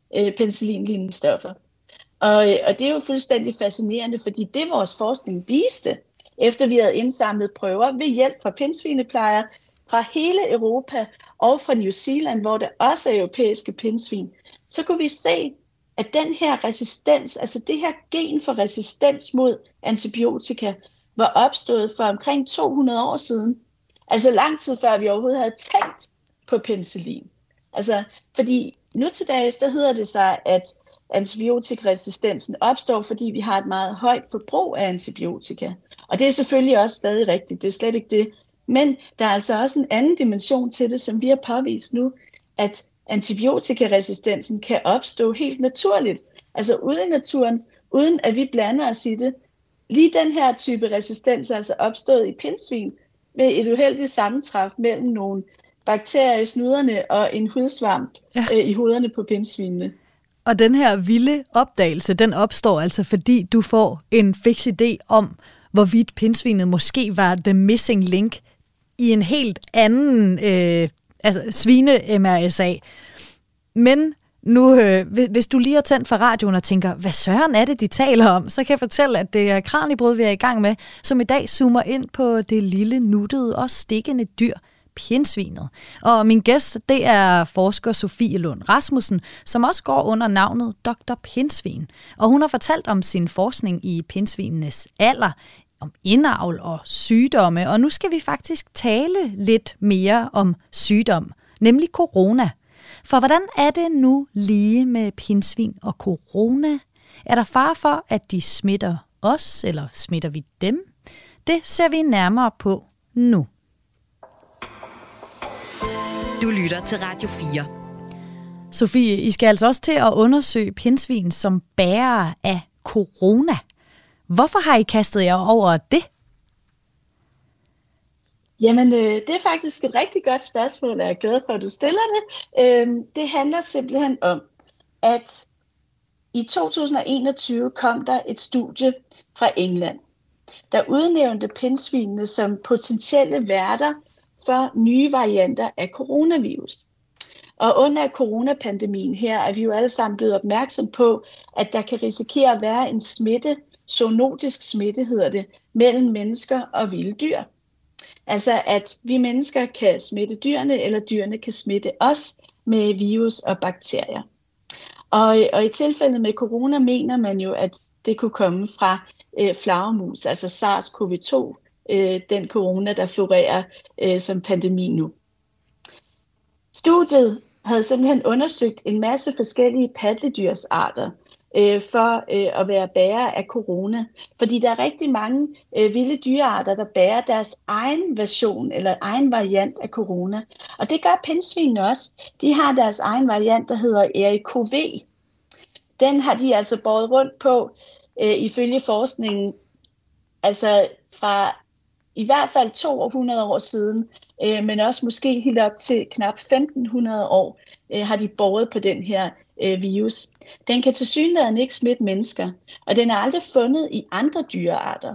penicillinlignende stoffer. Og det er jo fuldstændig fascinerende, fordi det vores forskning viste, efter vi havde indsamlet prøver ved hjælp fra pindsvineplejere fra hele Europa og fra New Zealand, hvor der også er europæiske pindsvin, så kunne vi se, at den her resistens, altså det her gen for resistens mod antibiotika, var opstået for omkring 200 år siden. Altså lang tid før vi overhovedet havde tænkt på penicillin. Altså, fordi nu til dags, der hedder det sig, at antibiotikaresistensen opstår, fordi vi har et meget højt forbrug af antibiotika. Og det er selvfølgelig også stadig rigtigt, det er slet ikke det. Men der er altså også en anden dimension til det, som vi har påvist nu, at antibiotikaresistensen kan opstå helt naturligt. Altså ude i naturen, uden at vi blander os i det. Lige den her type resistens er altså opstået i pindsvin med et uheldigt sammentræf mellem nogle bakterier i snuderne og en hudsvamp i hovederne på pindsvinene. Og den her vilde opdagelse, den opstår altså, fordi du får en fix idé om, hvorvidt pindsvinet måske var the missing link i en helt anden svine-MRSA. Men nu, hvis du lige har tændt for radioen og tænker, hvad søren er det, de taler om, så kan jeg fortælle, at det er Kraniebrud, vi er i gang med, som i dag zoomer ind på det lille, nuttede og stikkende dyr, pindsvinet. Og min gæst, det er forsker Sofie Lund Rasmussen, som også går under navnet Dr. Pindsvin. Og hun har fortalt om sin forskning i pindsvinenes alder, om indavl og sygdomme. Og nu skal vi faktisk tale lidt mere om sygdom, nemlig corona. For hvordan er det nu lige med pindsvin og corona? Er der fare for, at de smitter os, eller smitter vi dem? Det ser vi nærmere på nu. Du lytter til Radio 4. Sofie, I skal altså også til at undersøge pindsvin som bærere af corona. Hvorfor har I kastet jer over det? Jamen, det er faktisk et rigtig godt spørgsmål, og jeg er glad for, at du stiller det. Det handler simpelthen om, at i 2021 kom der et studie fra England, der udnævnte pindsvinene som potentielle værter for nye varianter af coronavirus. Og under coronapandemien her er vi jo alle sammen blevet opmærksom på, at der kan risikere at være en smitte, zoonotisk smitte hedder det, mellem mennesker og vilde dyr. Altså at vi mennesker kan smitte dyrene, eller dyrene kan smitte os med virus og bakterier. Og i tilfældet med corona mener man jo, at det kunne komme fra flagermus, altså SARS-CoV-2, den corona, der florerer som pandemi nu. Studiet havde simpelthen undersøgt en masse forskellige pattedyrsarter for at være bærere af corona. Fordi der er rigtig mange vilde dyrearter, der bærer deres egen version eller egen variant af corona. Og det gør pindsvinene også. De har deres egen variant, der hedder ERICOV. Den har de altså båret rundt på ifølge forskningen, altså fra i hvert fald 200 år siden, men også måske helt op til knap 1500 år, har de båret på den her virus. Den kan tilsyneladende ikke smitte mennesker, og den er aldrig fundet i andre dyrearter.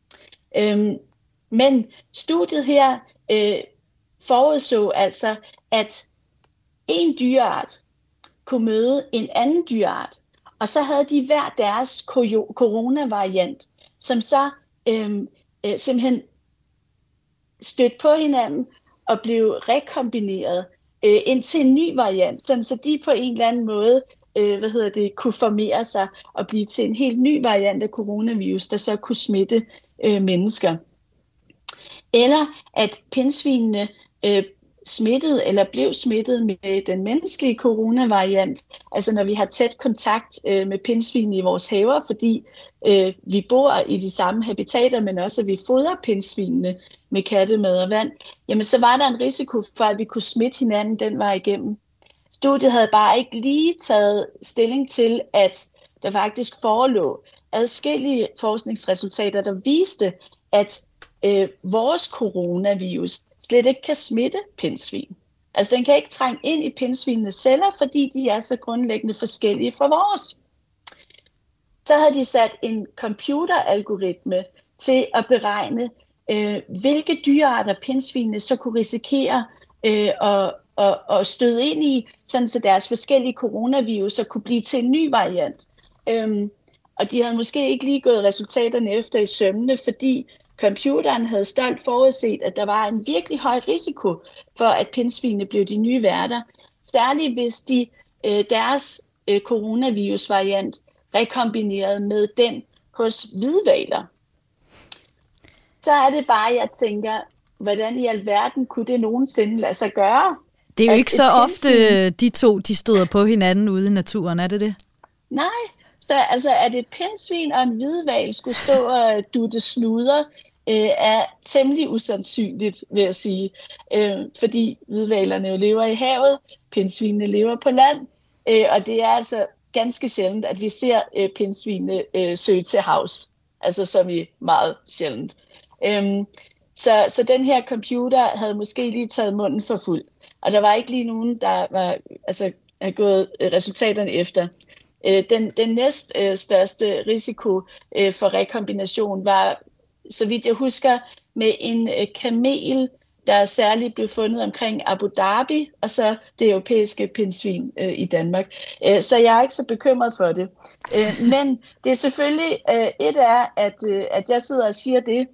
Men studiet her forudså altså, at en dyreart kunne møde en anden dyreart, og så havde de hver deres coronavariant, som så simpelthen stødt på hinanden og blev rekombineret indtil en ny variant, sådan så de på en eller anden måde kunne formere sig og blive til en helt ny variant af coronavirus, der så kunne smitte mennesker. Eller at pindsvinene smittet eller blev smittet med den menneskelige coronavariant, altså når vi har tæt kontakt med pindsvinene i vores haver, fordi vi bor i de samme habitater, men også at vi fodrer pindsvinene med kattemad og vand, jamen så var der en risiko for, at vi kunne smitte hinanden den vej igennem. Studiet havde bare ikke lige taget stilling til, at der faktisk forelå adskillige forskningsresultater, der viste, at vores coronavirus slet ikke kan smitte pindsvin. Altså den kan ikke trænge ind i pindsvinenes celler, fordi de er så grundlæggende forskellige fra vores. Så havde de sat en computeralgoritme til at beregne, hvilke dyrearter pindsvinene så kunne risikere at støde ind i, sådan så deres forskellige coronaviruser kunne blive til en ny variant. Og de havde måske ikke lige gået resultaterne efter i sømmene, fordi computeren havde stolt forudset, at der var en virkelig høj risiko for, at pindsvinene blev de nye værter. Særligt hvis deres coronavirusvariant rekombinerede med den hos hvidhvaler. Så er det bare, jeg tænker, hvordan i alverden kunne det nogensinde lade sig gøre? Det er jo ikke så ofte, de to de støder på hinanden ude i naturen, er det det? Nej, så altså, at et pindsvin og en hvidhval skulle stå og dutte snuder, er temmelig usandsynligt, vil jeg sige. Fordi hvidhvalerne jo lever i havet, pindsvinene lever på land, og det er altså ganske sjældent, at vi ser pindsvinene søge til havs. Altså som i meget sjældent. Så den her computer havde måske lige taget munden for fuld. Og der var ikke lige nogen, der var havde gået resultaterne efter. Den næst største risiko for rekombination var, så vidt jeg husker, med en kamel, der særligt blev fundet omkring Abu Dhabi, og så det europæiske pindsvin i Danmark. Så jeg er ikke så bekymret for det. Men det er selvfølgelig, et er, at jeg sidder og siger det,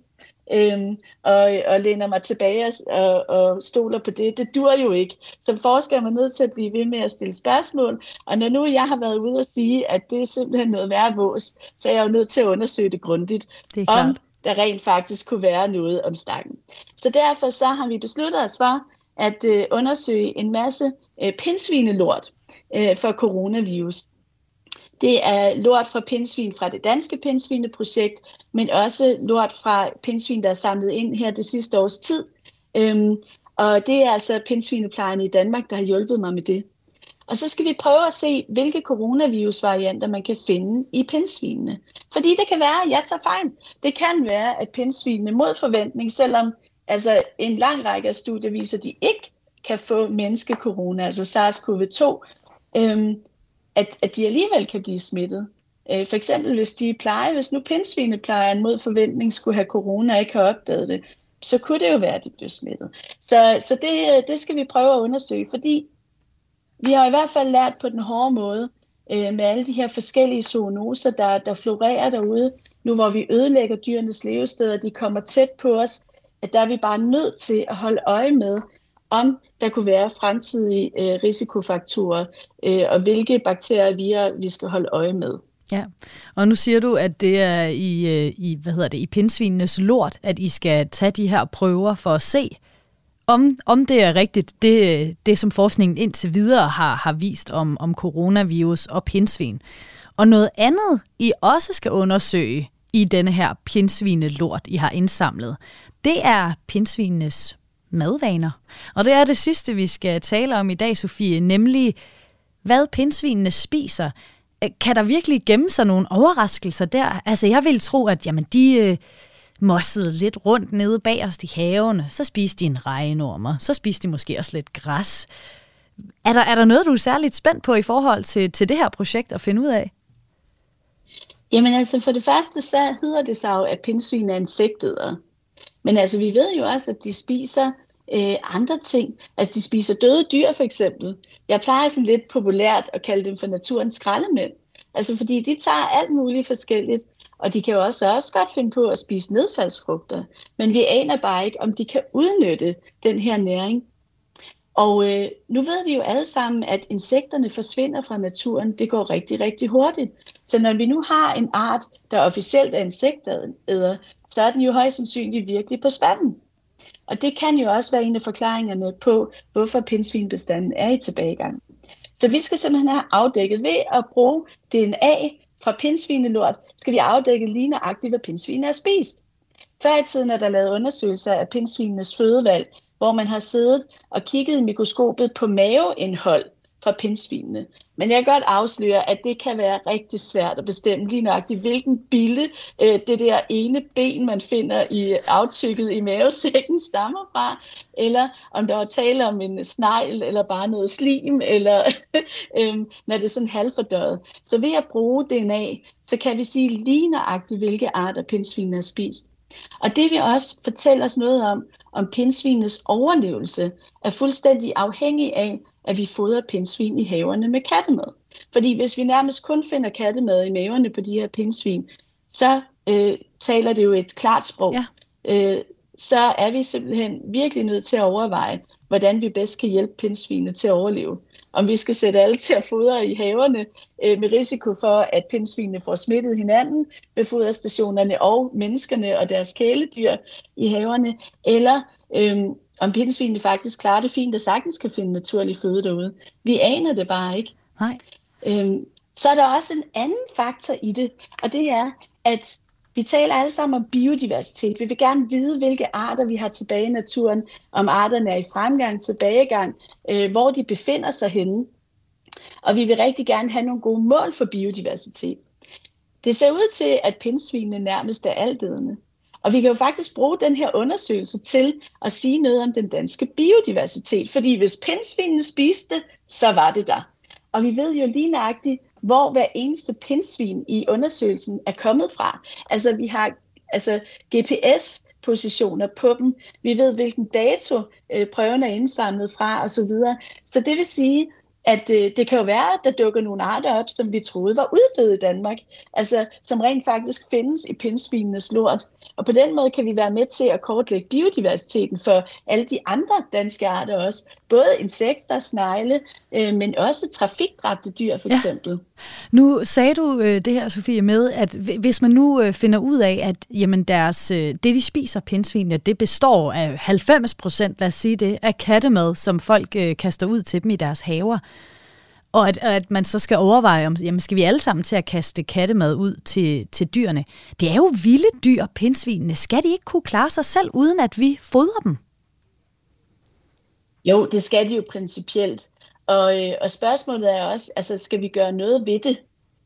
og læner mig tilbage og stoler på det. Det dur jo ikke. Som forsker er man nødt til at blive ved med at stille spørgsmål, og når nu jeg har været ude og sige, at det er simpelthen noget værre vås, så er jeg jo nødt til at undersøge det grundigt, om der rent faktisk kunne være noget om stakken. Så derfor så har vi besluttet os for at undersøge en masse pindsvinelort for coronavirus. Det er lort fra pindsvin fra det danske pindsvineprojekt, men også lort fra pindsvin, der er samlet ind her det sidste års tid. Og det er altså pindsvineplejerne i Danmark, der har hjulpet mig med det. Og så skal vi prøve at se, hvilke coronavirusvarianter man kan finde i pindsvinene. Fordi det kan være, jeg tager fejl. Det kan være, at pindsvinene mod forventning, selvom altså en lang række af studier viser, at de ikke kan få menneskekorona, altså SARS-CoV-2, at de alligevel kan blive smittet. For eksempel hvis nu pindsvineplejeren mod forventning skulle have corona og ikke have opdaget det, så kunne det jo være, at de blev smittet. Så det skal vi prøve at undersøge, fordi vi har i hvert fald lært på den hårde måde med alle de her forskellige zoonoser, der florerer derude, nu hvor vi ødelægger dyrenes levesteder, de kommer tæt på os, at der er vi bare nødt til at holde øje med, om der kunne være fremtidige risikofaktorer, og hvilke bakterier og virer vi skal holde øje med. Ja, og nu siger du, at det er i pindsvinenes lort, at I skal tage de her prøver for at se, om det er rigtigt, det som forskningen indtil videre har vist om coronavirus og pindsvin. Og noget andet, I også skal undersøge i denne her pindsvinelort, I har indsamlet, det er pindsvinenes madvaner. Og det er det sidste, vi skal tale om i dag, Sofie, nemlig hvad pindsvinene spiser. Kan der virkelig gemme sig nogle overraskelser der? Altså, jeg vil tro, at de mossede lidt rundt nede bagerst i havene. Så spiste de en regnormer. Så spiste de måske også lidt græs. Er der noget, du er særligt spændt på i forhold til det her projekt at finde ud af? Jamen altså, for det første så hedder det sig jo, at pindsvin er insektædere. Men altså, vi ved jo også, at de spiser andre ting. Altså, de spiser døde dyr, for eksempel. Jeg plejer sådan lidt populært at kalde dem for naturens skraldemænd. Altså, fordi de tager alt muligt forskelligt. Og de kan jo også godt finde på at spise nedfaldsfrugter. Men vi aner bare ikke, om de kan udnytte den her næring. Og nu ved vi jo alle sammen, at insekterne forsvinder fra naturen. Det går rigtig, rigtig hurtigt. Så når vi nu har en art, der officielt er insektæder, så er den jo højst sandsynligt virkelig på spanden. Og det kan jo også være en af forklaringerne på, hvorfor pindsvinbestanden er i tilbagegang. Så vi skal simpelthen have afdækket ved at bruge DNA fra pindsvinelort, skal vi afdække lige nøjagtigt, hvad pindsvin er spist. Før i tiden er der lavet undersøgelser af pindsvinenes fødevalg, hvor man har siddet og kigget i mikroskopet på maveindhold fra pindsvinene. Men jeg kan godt afsløre, at det kan være rigtig svært at bestemme lige nøjagtigt, hvilken bille det der ene ben, man finder i aftykket i mavesækken, stammer fra, eller om der var tale om en snegl, eller bare noget slim, eller når det er sådan halvfordøjet. Så ved at bruge DNA, så kan vi sige lige nøjagtigt, hvilke arter pindsvinene har spist. Og det vil også fortælle os noget om pindsvinenes overlevelse er fuldstændig afhængig af, at vi fodrer pindsvin i haverne med kattemad. Fordi hvis vi nærmest kun finder kattemad i maverne på de her pindsvin, så taler det jo et klart sprog. Ja. Så er vi simpelthen virkelig nødt til at overveje, hvordan vi bedst kan hjælpe pindsvinene til at overleve. Om vi skal sætte alle til at fodre i haverne med risiko for, at pindsvinene får smittet hinanden ved foderstationerne og menneskerne og deres kæledyr i haverne, eller om pindsvinene faktisk klarer det fint og sagtens kan finde naturlig føde derude. Vi aner det bare ikke. Nej. Så er der også en anden faktor i det, og det er, at vi taler alle sammen om biodiversitet. Vi vil gerne vide, hvilke arter vi har tilbage i naturen, om arterne er i fremgang, tilbagegang, hvor de befinder sig henne. Og vi vil rigtig gerne have nogle gode mål for biodiversitet. Det ser ud til, at pindsvinene nærmest er altædende. Og vi kan jo faktisk bruge den her undersøgelse til at sige noget om den danske biodiversitet. Fordi hvis pindsvinene spiste, så var det der. Og vi ved jo lige nøjagtigt, hvor hver eneste pindsvin i undersøgelsen er kommet fra. Altså vi har GPS-positioner på dem. Vi ved, hvilken dato prøven er indsamlet fra osv. Så det vil sige, at det kan jo være, at der dukker nogle arter op, som vi troede var uddøde i Danmark. Altså som rent faktisk findes i pindsvinenes lort. Og på den måde kan vi være med til at kortlægge biodiversiteten for alle de andre danske arter også. Både insekter, snegle, men også trafikdræbte dyr for eksempel. Ja. Nu sagde du det her, Sofie, med, at hvis man nu finder ud af, at jamen det de spiser pindsvinene, det består af 90%, lad os sige det, af kattemad, som folk kaster ud til dem i deres haver. Og at man så skal overveje, om jamen, skal vi alle sammen til at kaste kattemad ud til dyrene. Det er jo vilde dyr, pindsvinene. Skal de ikke kunne klare sig selv, uden at vi fodrer dem? Jo, det skal de jo principielt. Og spørgsmålet er også, altså skal vi gøre noget ved det?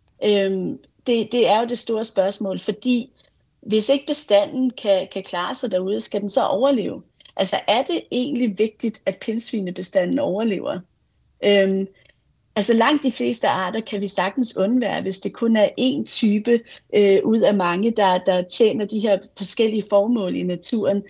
Det er jo det store spørgsmål, fordi hvis ikke bestanden kan klare sig derude, skal den så overleve? Altså er det egentlig vigtigt, at pindsvinebestanden overlever? Altså langt de fleste arter kan vi sagtens undvære, hvis det kun er én type ud af mange, der tjener de her forskellige formål i naturen.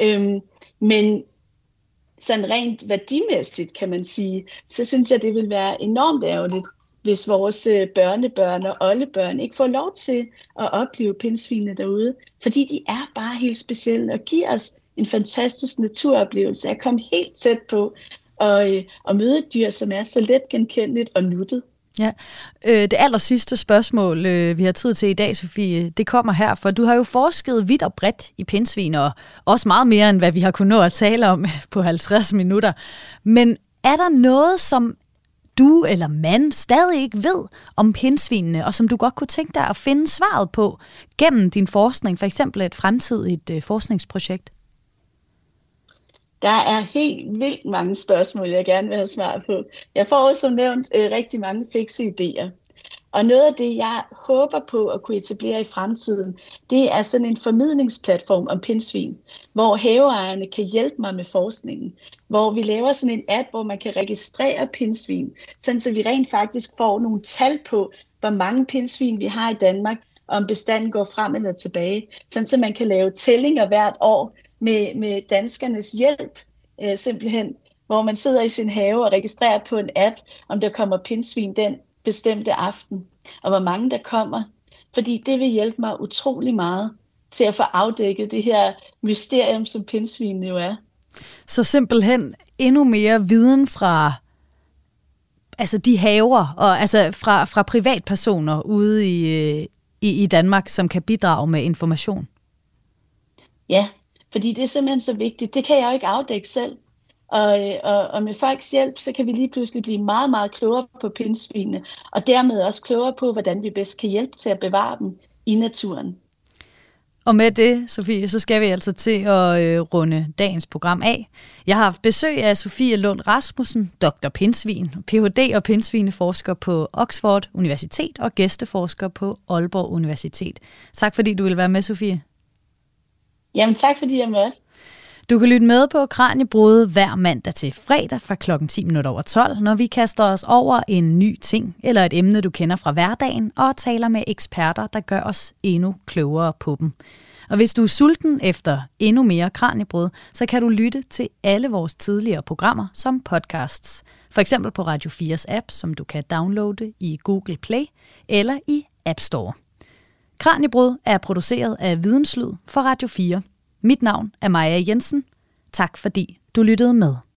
Men sådan rent værdimæssigt, kan man sige, så synes jeg, det vil være enormt ærgerligt, hvis vores børnebørn og oldebørn ikke får lov til at opleve pindsvinene derude, fordi de er bare helt specielle og giver os en fantastisk naturoplevelse at komme helt tæt på og møde et dyr, som er så let genkendeligt og nuttet. Ja, det aller sidste spørgsmål, vi har tid til i dag, Sofie, det kommer her, for du har jo forsket vidt og bredt i pindsvin, og også meget mere, end hvad vi har kunnet nå at tale om på 50 minutter. Men er der noget, som du eller man stadig ikke ved om pindsvinene, og som du godt kunne tænke dig at finde svaret på gennem din forskning, for eksempel et fremtidigt forskningsprojekt? Der er helt vildt mange spørgsmål, jeg gerne vil have svar på. Jeg får også som nævnt rigtig mange fikse idéer. Og noget af det, jeg håber på at kunne etablere i fremtiden, det er sådan en formidlingsplatform om pindsvin, hvor haveejerne kan hjælpe mig med forskningen. Hvor vi laver sådan en app, hvor man kan registrere pindsvin, sådan så vi rent faktisk får nogle tal på, hvor mange pindsvin vi har i Danmark, og om bestanden går frem eller tilbage. Sådan så man kan lave tællinger hvert år, med danskernes hjælp, simpelthen, hvor man sidder i sin have og registrerer på en app, om der kommer pindsvin den bestemte aften, og hvor mange der kommer. Fordi det vil hjælpe mig utrolig meget til at få afdækket det her mysterium, som pindsvinene jo er. Så simpelthen endnu mere viden fra altså de haver, og altså fra privatpersoner ude i Danmark, som kan bidrage med information? Ja, fordi det er simpelthen så vigtigt. Det kan jeg jo ikke afdække selv. Og med folks hjælp, så kan vi lige pludselig blive meget, meget klogere på pindsvinene, og dermed også klogere på, hvordan vi bedst kan hjælpe til at bevare dem i naturen. Og med det, Sofie, så skal vi altså til at runde dagens program af. Jeg har haft besøg af Sofie Lund Rasmussen, Dr. Pindsvin, Ph.D. og pindsvineforsker på Oxford Universitet og gæsteforsker på Aalborg Universitet. Tak fordi du ville være med, Sofie. Jamen tak fordi jeg måtte. Du kan lytte med på Kraniebrud hver mandag til fredag fra klokken 10:12, når vi kaster os over en ny ting eller et emne, du kender fra hverdagen, og taler med eksperter, der gør os endnu klogere på dem. Og hvis du er sulten efter endnu mere Kraniebrud, så kan du lytte til alle vores tidligere programmer som podcasts. For eksempel på Radio 4's app, som du kan downloade i Google Play eller i App Store. Kraniebrud er produceret af Videnslyd for Radio 4. Mit navn er Maja Jensen. Tak fordi du lyttede med.